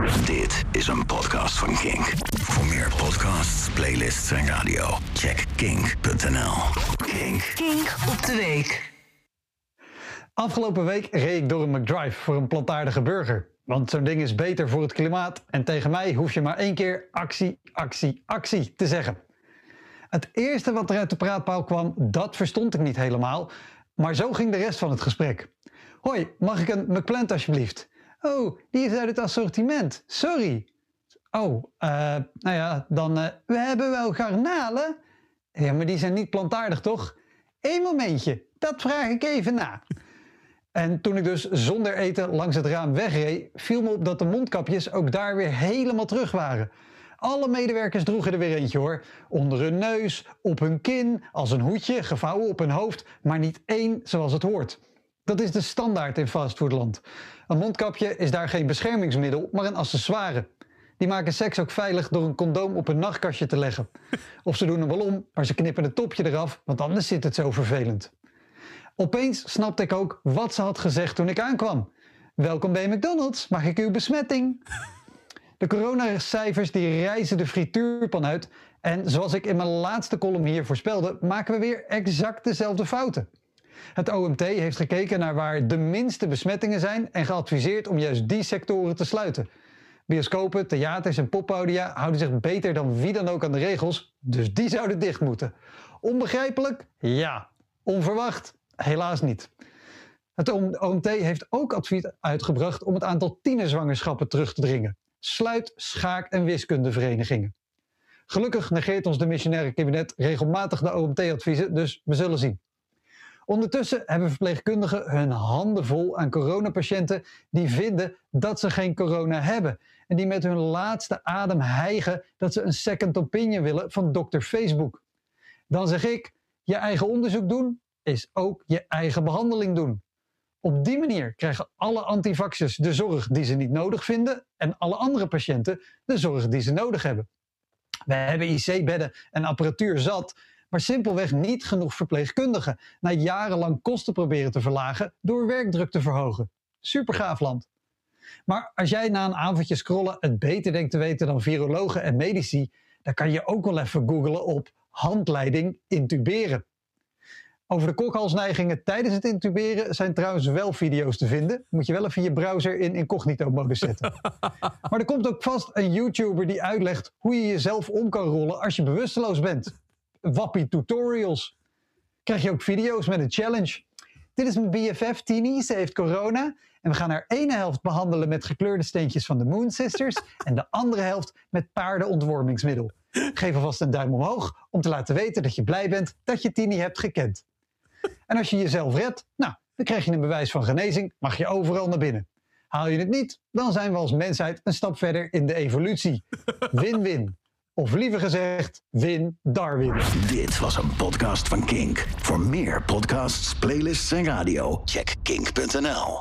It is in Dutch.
Dit is een podcast van Kink. Voor meer podcasts, playlists en radio, check kink.nl. Kink op de week. Afgelopen week reed ik door een McDrive voor een plantaardige burger. Want zo'n ding is beter voor het klimaat en tegen mij hoef je maar 1 keer actie, actie, actie te zeggen. Het eerste wat er uit de praatpaal kwam, dat verstond ik niet helemaal. Maar zo ging de rest van het gesprek. Hoi, mag ik een McPlant alsjeblieft? Oh, die is uit het assortiment. Sorry. Oh, we hebben wel garnalen. Ja, maar die zijn niet plantaardig, toch? 1 momentje, dat vraag ik even na. En toen ik dus zonder eten langs het raam wegreed, viel me op dat de mondkapjes ook daar weer helemaal terug waren. Alle medewerkers droegen er weer eentje hoor. Onder hun neus, op hun kin, als een hoedje, gevouwen op hun hoofd, maar niet 1 zoals het hoort. Dat is de standaard in fastfoodland. Een mondkapje is daar geen beschermingsmiddel, maar een accessoire. Die maken seks ook veilig door een condoom op een nachtkastje te leggen. Of ze doen een ballon, maar ze knippen het topje eraf, want anders zit het zo vervelend. Opeens snapte ik ook wat ze had gezegd toen ik aankwam. Welkom bij McDonald's, mag ik uw besmetting? De coronacijfers die reizen de frituurpan uit. En zoals ik in mijn laatste column hier voorspelde, maken we weer exact dezelfde fouten. Het OMT heeft gekeken naar waar de minste besmettingen zijn en geadviseerd om juist die sectoren te sluiten. Bioscopen, theaters en poppodia houden zich beter dan wie dan ook aan de regels, dus die zouden dicht moeten. Onbegrijpelijk? Ja. Onverwacht? Helaas niet. Het OMT heeft ook advies uitgebracht om het aantal tienerzwangerschappen terug te dringen. Sluit schaak- en wiskundeverenigingen. Gelukkig negeert ons demissionaire kabinet regelmatig de OMT-adviezen, dus we zullen zien. Ondertussen hebben verpleegkundigen hun handen vol aan coronapatiënten die vinden dat ze geen corona hebben. En die met hun laatste adem hijgen dat ze een second opinion willen van dokter Facebook. Dan zeg ik, je eigen onderzoek doen is ook je eigen behandeling doen. Op die manier krijgen alle antivaxers de zorg die ze niet nodig vinden en alle andere patiënten de zorg die ze nodig hebben. We hebben IC-bedden en apparatuur zat, maar simpelweg niet genoeg verpleegkundigen. Na jarenlang kosten proberen te verlagen door werkdruk te verhogen. Supergaaf land. Maar als jij na een avondje scrollen het beter denkt te weten dan virologen en medici, dan kan je ook wel even googlen op handleiding intuberen. Over de kokhalsneigingen tijdens het intuberen zijn trouwens wel video's te vinden. Moet je wel even je browser in incognito-modus zetten. Maar er komt ook vast een YouTuber die uitlegt hoe je jezelf om kan rollen als je bewusteloos bent. Wappie tutorials. Krijg je ook video's met een challenge. Dit is mijn BFF Tini, ze heeft corona. En we gaan haar ene helft behandelen met gekleurde steentjes van de Moon Sisters. En de andere helft met paardenontwormingsmiddel. Geef alvast een duim omhoog om te laten weten dat je blij bent dat je Tini hebt gekend. En als je jezelf redt, dan krijg je een bewijs van genezing, mag je overal naar binnen. Haal je het niet, dan zijn we als mensheid een stap verder in de evolutie. Win-win. Of liever gezegd, win Darwin. Dit was een podcast van Kink. Voor meer podcasts, playlists en radio, check kink.nl.